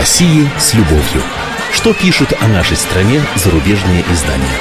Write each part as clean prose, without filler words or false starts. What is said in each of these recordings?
России с любовью. Что пишут о нашей стране зарубежные издания?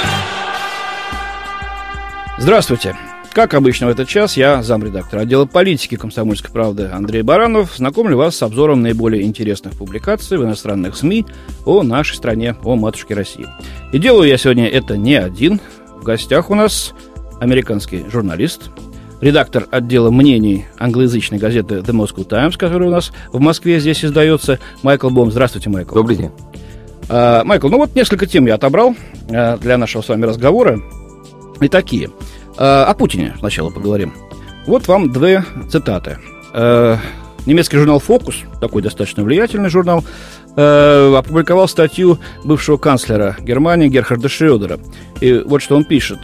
Здравствуйте. Как обычно в этот час, я замредактора отдела политики «Комсомольской правды» Андрей Баранов знакомлю вас с обзором наиболее интересных публикаций в иностранных СМИ о нашей стране, о матушке России. И делаю я сегодня это не один. В гостях у нас американский журналист, редактор отдела мнений англоязычной газеты The Moscow Times, которая у нас в Москве здесь издается, Майкл Бом. Здравствуйте, Майкл. Добрый день. Майкл, ну вот несколько тем я отобрал для нашего с вами разговора. И такие. О Путине сначала поговорим. Вот вам две цитаты. Немецкий журнал «Фокус», такой достаточно влиятельный журнал, опубликовал статью бывшего канцлера Германии Герхарда Шрёдера. И вот что он пишет.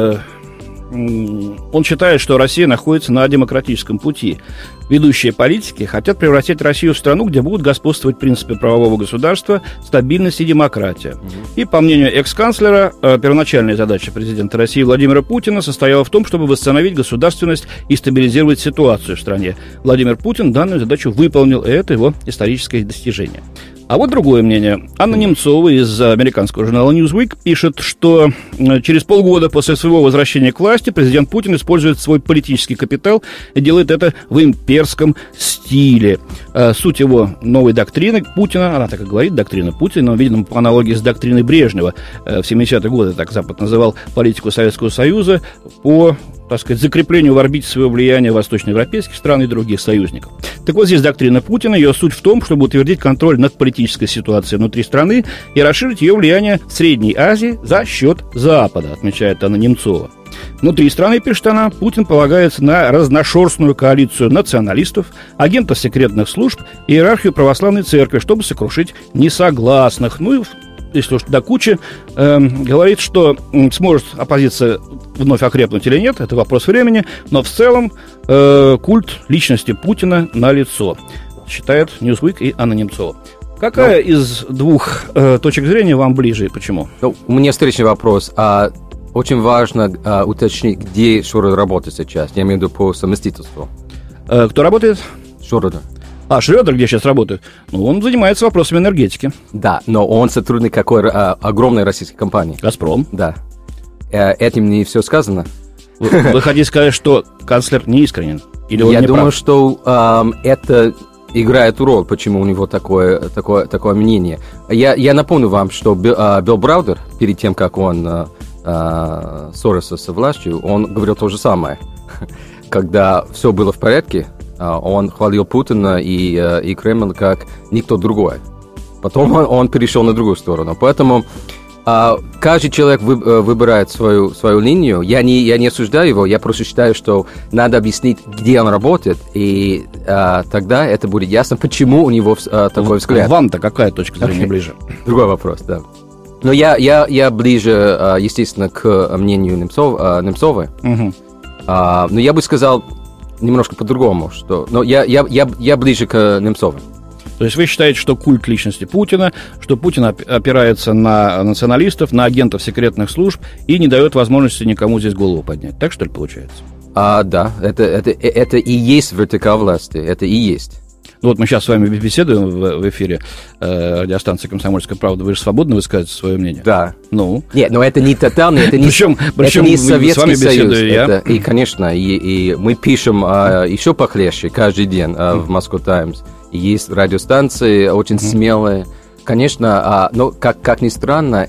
Он считает, что Россия находится на демократическом пути. Ведущие политики хотят превратить Россию в страну, где будут господствовать принципы правового государства, стабильность и демократия. И, по мнению экс-канцлера, первоначальная задача президента России Владимира Путина состояла в том, чтобы восстановить государственность и стабилизировать ситуацию в стране. Владимир Путин данную задачу выполнил, и это его историческое достижение. А вот другое мнение. Анна Немцова из американского журнала Newsweek пишет, что через полгода после своего возвращения к власти президент Путин использует свой политический капитал и делает это в имперском стиле. Суть его новой доктрины Путина, она так и говорит, доктрина Путина, видимо, по аналогии с доктриной Брежнева в 70-е годы, так Запад называл политику Советского Союза, по, так сказать, закреплению в орбите своего влияния восточноевропейских стран и других союзников. Так вот, здесь доктрина Путина, ее суть в том, чтобы утвердить контроль над политической ситуацией внутри страны и расширить ее влияние в Средней Азии за счет Запада, отмечает Анна Немцова. Внутри страны, пишет она, Путин полагается на разношерстную коалицию националистов, агентов секретных служб и иерархию православной церкви, чтобы сокрушить несогласных. Ну и, если уж до кучи, говорит, что сможет оппозиция вновь окрепнуть или нет, это вопрос времени, но в целом культ личности Путина налицо, считает Newsweek и Анна Немцова. Какая из двух точек зрения вам ближе и почему? У меня встречный вопрос. Очень важно уточнить, где Шрёдер работает сейчас. Я имею в виду по совместительству. Кто работает? Шрёдер. Шрёдер где сейчас работает? Ну, он занимается вопросами энергетики. Да, но он сотрудник какой огромной российской компании. «Газпром». Да. Этим не все сказано. Вы хотите сказать, что канцлер не искренен? Или он Я не думаю, прав? что это играет роль, почему у него такое мнение. Я напомню вам, что Билл Браудер, перед тем, как он ссорился со властью, он говорил то же самое. Когда все было в порядке, он хвалил Путина и Кремль как никто другой. Потом он перешел на другую сторону. Поэтому каждый человек выбирает свою линию. Я не осуждаю его, я просто считаю, что надо объяснить, где он работает, и тогда это будет ясно, почему у него такой взгляд. Вам-то какая точка зрения ближе? Другой вопрос, да. Но я ближе, естественно, к мнению Немцовой. Но я бы сказал немножко по-другому, но я ближе к Немцовой. То есть вы считаете, что культ личности Путина, что Путин опирается на националистов, на агентов секретных служб и не дает возможности никому здесь голову поднять. Так, что ли, получается? Да, это и есть вертикаль власти, это и есть. Ну вот мы сейчас с вами беседуем в эфире радиостанции «Комсомольская правда». Вы же свободно высказываете свое мнение? Да. Ну? Нет, но это не тотальный, это не Советский Союз. И, конечно, и мы пишем еще похлеще каждый день в Moscow Times. Есть радиостанции очень смелые. Конечно, но как ни странно,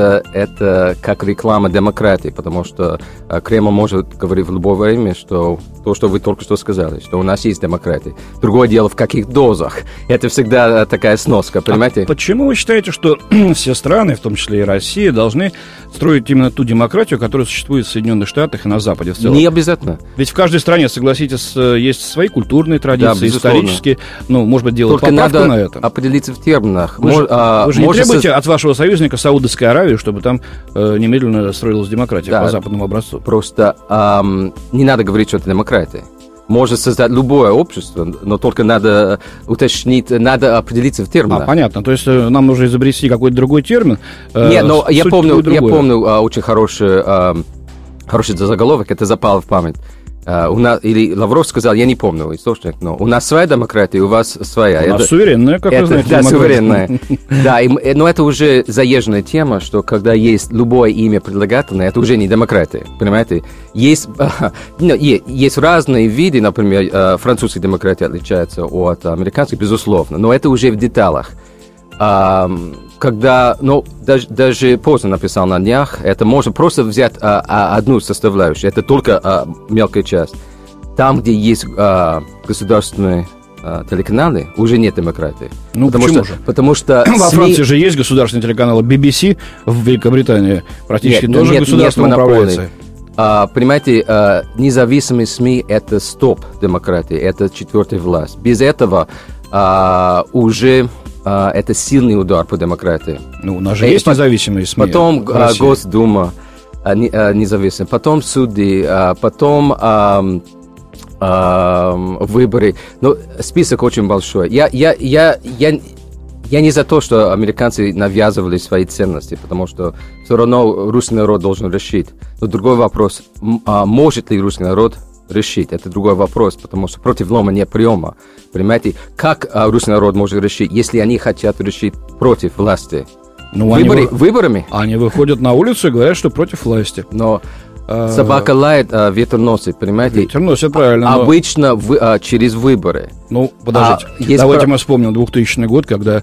это как реклама демократии, потому что Кремль может говорить в любое время, что то, что вы только что сказали, что у нас есть демократия. Другое дело, в каких дозах. Это всегда такая сноска, понимаете? А почему вы считаете, что все страны, в том числе и Россия, должны строить именно ту демократию, которая существует в Соединенных Штатах и на Западе в целом? Не обязательно. Ведь в каждой стране, согласитесь, есть свои культурные традиции, да, исторические. Ну, может быть, делать только поправку надо на это. Определиться в терминах. Вы же не требуете от вашего союзника Саудовской Аравии, чтобы там немедленно строилась демократия по западному образцу? Просто не надо говорить, что это демократия. Может создать любое общество, но только надо уточнить, надо определиться в терминах. Понятно. То есть нам нужно изобрести какой-то другой термин. Нет, но я помню очень хороший заголовок, это запало в память. У нас, или Лавров сказал, я не помню источник, но у нас своя демократия, у вас своя. У нас суверенная, как вы знаете. Да, суверенная. Да, но это уже заезженная тема, что когда есть любое имя предлагательное, это уже не демократия, понимаете? Есть разные виды, например, французская демократия отличается от американской, безусловно, но это уже в деталях. Когда, даже поздно написал на днях, это можно просто взять одну составляющую, это только мелкая часть. Там, где есть государственные телеканалы, уже нет демократии. Ну, потому что во Франции же есть государственные телеканалы BBC, в Великобритании практически тоже государством управляется. Понимаете, независимые СМИ – это стоп демократии, это четвертая власть. Без этого уже... это сильный удар по демократии. Ну, у нас же есть независимые СМИ. Потом Госдума независимая, потом суды, потом выборы. Но список очень большой. Я не за то, что американцы навязывали свои ценности, потому что все равно русский народ должен решить. Но другой вопрос, может ли русский народ решить. Это другой вопрос, потому что против лома нет приема. Понимаете, как русский народ может решить, если они хотят решить против власти? Выборами? Они выходят на улицу и говорят, что против власти. Но собака лает, ветер носит, понимаете? Ветер носит, правильно. Обычно через выборы. Ну, подождите. Давайте мы вспомним 2000 год, когда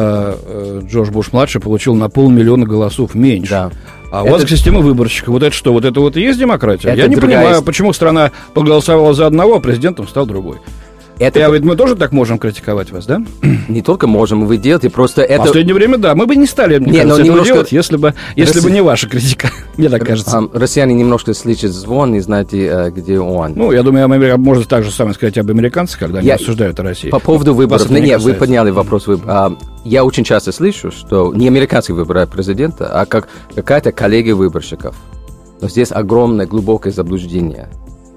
Джордж Буш-младший получил на 500 000 голосов меньше. Да. А у вас система выборщиков. Вот это что? Вот это вот и есть демократия? Я не понимаю, почему страна проголосовала за одного, а президентом стал другой. Ведь мы тоже так можем критиковать вас, да? Не только можем, вы делаете, просто это... В последнее время, да. Мы бы не стали, мне кажется, этого делать, если бы не ваша критика. Мне так кажется. Россияне немножко слышат звон, не знаете, где он. Ну, я думаю, можно так же самое сказать об американцах, когда они рассуждают о России. По поводу выборов. Нет, вы подняли вопрос выборов. Я очень часто слышу, что не американцы выбирают президента, а какая-то коллегия выборщиков. Но здесь огромное, глубокое заблуждение.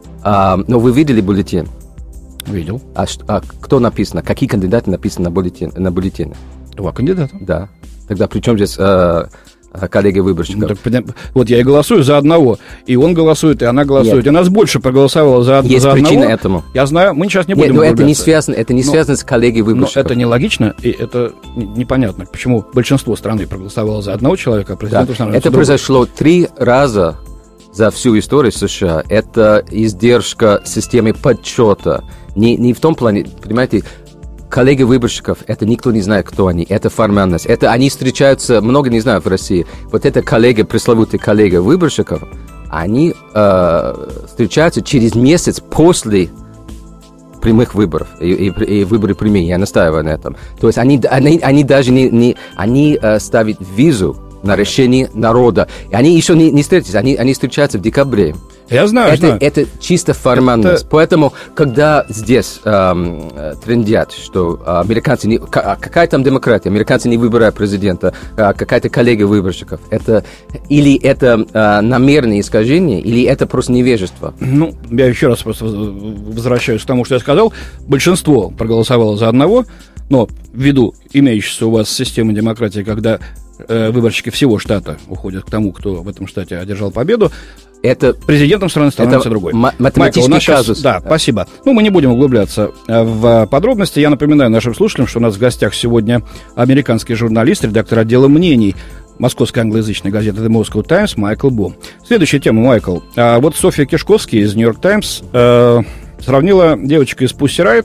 Но вы видели бюллетень? Видел. Кто написано? Какие кандидаты написаны на бюллетене? 2 кандидата. Да. Тогда при чем здесь коллеги выборщиков? Вот я и голосую за одного. И он голосует, и она голосует. И нас больше проголосовало за одного. Есть причина этому. Я знаю, мы сейчас не будем углубляться. Это не связано с коллегией выборщиков. Но это нелогично, и это непонятно. Почему большинство страны проголосовало за одного человека, а президент становится это произошло 3 раза за всю историю США. Это издержка системы подсчета. Не в том плане, понимаете, коллеги выборщиков, это никто не знает, кто они, это формальность. Это они встречаются, много не знаю в России. Вот это коллеги, пресловутые коллеги выборщиков, они встречаются через месяц после прямых выборов и выборы прямые, я настаиваю на этом. То есть они даже они ставят визу на решение народа. И они еще не встретились, они встречаются в декабре. Я знаю, это чисто формальность. Поэтому, когда здесь трендят, что американцы какая там демократия, американцы не выбирают президента, какая-то коллегия выборщиков, или это намеренное искажение, или это просто невежество? Ну, я еще раз просто возвращаюсь к тому, что я сказал. Большинство проголосовало за одного, но ввиду имеющейся у вас системы демократии, когда выборщики всего штата уходят к тому, кто в этом штате одержал победу, президентом страны становится другой. Математический казус. Да, спасибо. Ну, мы не будем углубляться в подробности. Я напоминаю нашим слушателям, что у нас в гостях сегодня американский журналист, редактор отдела мнений московской англоязычной газеты The Moscow Times Майкл Бом. Следующая тема, Майкл. Вот Софья Кишковский из New York Times сравнила девочку из Pussy Riot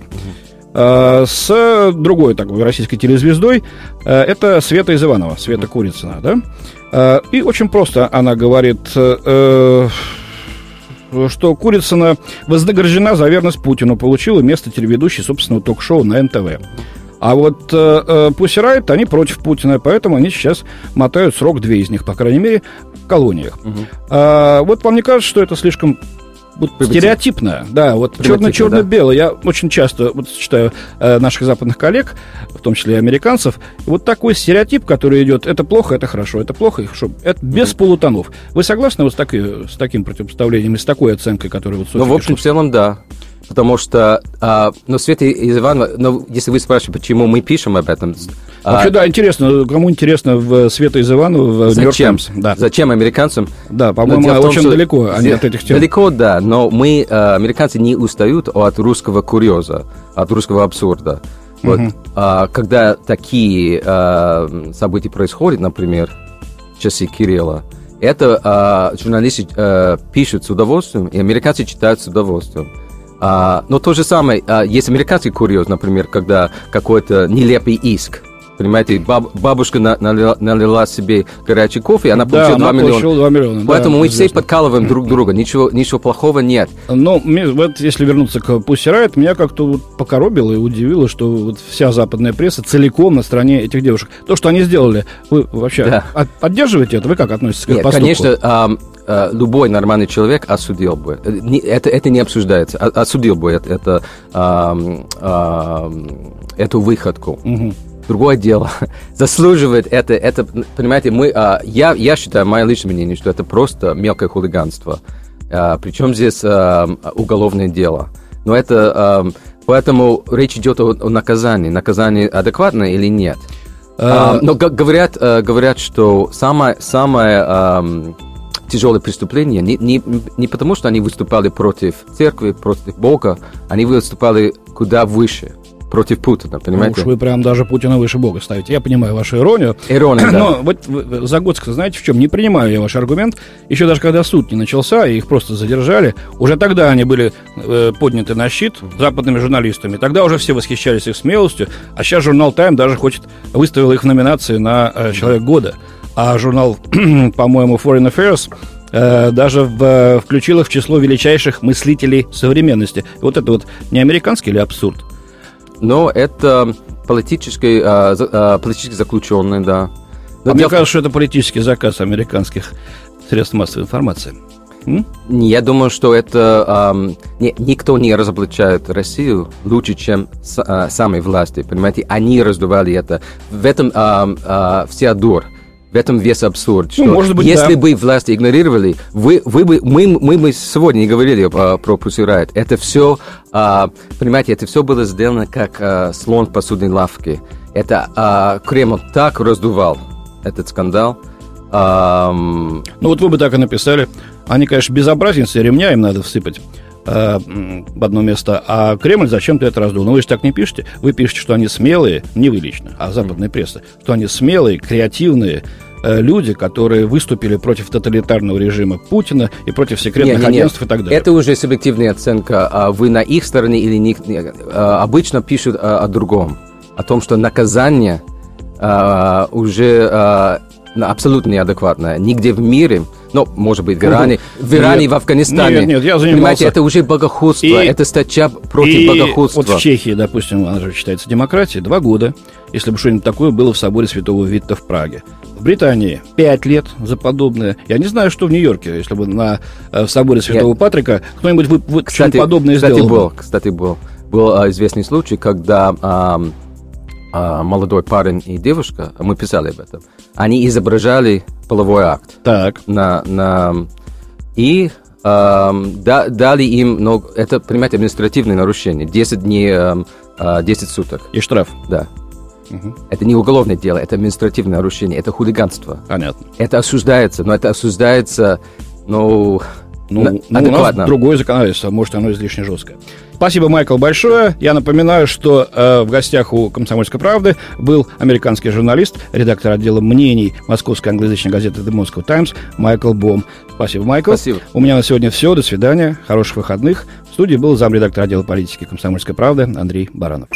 с другой такой российской телезвездой. Это Света из Иванова, Света Курицына, да? И очень просто она говорит, что Курицына вознаграждена за верность Путину, получила место телеведущей собственного ток-шоу на НТВ. А вот Pussy Riot, они против Путина, поэтому они сейчас мотают срок, 2 из них, по крайней мере, в колониях. Вот вам не кажется, что это слишком стереотипно? Да, вот черно-черно-белое. Да. Я очень часто читаю наших западных коллег, в том числе и американцев, вот такой стереотип, который идет: это плохо, это хорошо, это плохо, и хорошо. Это без полутонов. Вы согласны вот с таким противопоставлением, с такой оценкой, которую вот Софья? Ну, в общем, в целом, да. Потому что, Света Изыванова, если вы спрашиваете, почему мы пишем об этом... Вообще, да, интересно, кому интересно в Света Изыванова в Нью-Йорк Таймс? Да. Зачем американцам? Да, по-моему, очень далеко они от этих тем. Далеко, да, но американцы не устают от русского курьеза, от русского абсурда. Вот, когда такие события происходят, например, часы Кирилла, это журналисты пишут с удовольствием, и американцы читают с удовольствием. Но то же самое, есть американский курьез, например, когда какой-то нелепый иск. Понимаете, бабушка налила себе горячий кофе, и она получила 2 миллиона. 2 миллиона. Поэтому мы все подкалываем друг друга, ничего плохого нет. Но вот если вернуться к Pussy Riot, меня как-то вот покоробило и удивило, что вот вся западная пресса целиком на стороне этих девушек. То, что они сделали, вы вообще поддерживаете это? Вы как относитесь к этому поступку? Конечно, любой нормальный человек осудил бы. Это не обсуждается. Осудил бы эту выходку. Другое дело, заслуживает это, понимаете, я считаю, мое личное мнение, что это просто мелкое хулиганство. Причем здесь уголовное дело. Но это, поэтому речь идет о наказании. Наказание адекватное или нет? Но говорят, что самое тяжелое преступление не потому, что они выступали против церкви, против Бога, они выступали куда выше. Против Путина, понимаете? Уж вы прям даже Путина выше Бога ставите. Я понимаю вашу иронию. Ирония, да. Но вот Загодская, знаете, в чем? Не принимаю я ваш аргумент. Еще даже когда суд не начался, и их просто задержали, уже тогда они были подняты на щит западными журналистами. Тогда уже все восхищались их смелостью. А сейчас журнал «Тайм» даже выставил их в номинации на «Человек года». А журнал, по-моему, Foreign Affairs даже включил их в число величайших мыслителей современности. Вот это вот не американский или абсурд? Но это политически заключенный, да. Мне кажется, что это политический заказ американских средств массовой информации. Я думаю, что это никто не разоблачает Россию лучше, чем сами власти. Понимаете, они раздували это. В этом вся дурь. В этом весь абсурд, что может быть, если бы власти игнорировали, мы сегодня не говорили про Pussy Riot. Это все, понимаете, это все было сделано как слон в посудной лавке. Это Кремль так раздувал этот скандал. Ну вот вы бы так и написали. Они, конечно, безобразненцы, ремня им надо всыпать в одно место, а Кремль зачем-то это раздул. Но вы же так не пишете. Вы пишете, что они смелые, не вы лично, а западная пресса, что они смелые, креативные люди, которые выступили против тоталитарного режима Путина и против секретных агентств и так далее. Это уже субъективная оценка. Вы на их стороне или не... Обычно пишут о другом. О том, что наказание уже абсолютно неадекватное. Нигде в мире, может быть, в Иране и в Афганистане. Нет, я занимался... Понимаете, это уже богохульство, это статья против богохульства. Вот в Чехии, допустим, она же считается демократией, 2 года, если бы что-нибудь такое было в соборе Святого Витта в Праге. В Британии 5 лет за подобное. Я не знаю, что в Нью-Йорке, если бы в соборе Святого Патрика кто-нибудь что-нибудь подобное сделал. Кстати, был известный случай, когда молодой парень и девушка, мы писали об этом, они изображали половой акт. Так. И дали им, это, понимаете, административное нарушение, 10 дней, 10 суток. И штраф. Да. Это не уголовное дело, это административное нарушение, это хулиганство. Понятно. Это осуждается, но это осуждается, адекватно. У нас другое законодательство, может, оно излишне жесткое. Спасибо, Майкл, большое. Я напоминаю, что в гостях у «Комсомольской правды» был американский журналист, редактор отдела мнений московской англоязычной газеты «The Moscow Times» Майкл Бом. Спасибо, Майкл. Спасибо. У меня на сегодня все. До свидания. Хороших выходных. В студии был замредактор отдела политики «Комсомольской правды» Андрей Баранов.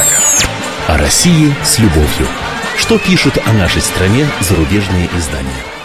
О России с любовью. Что пишут о нашей стране зарубежные издания?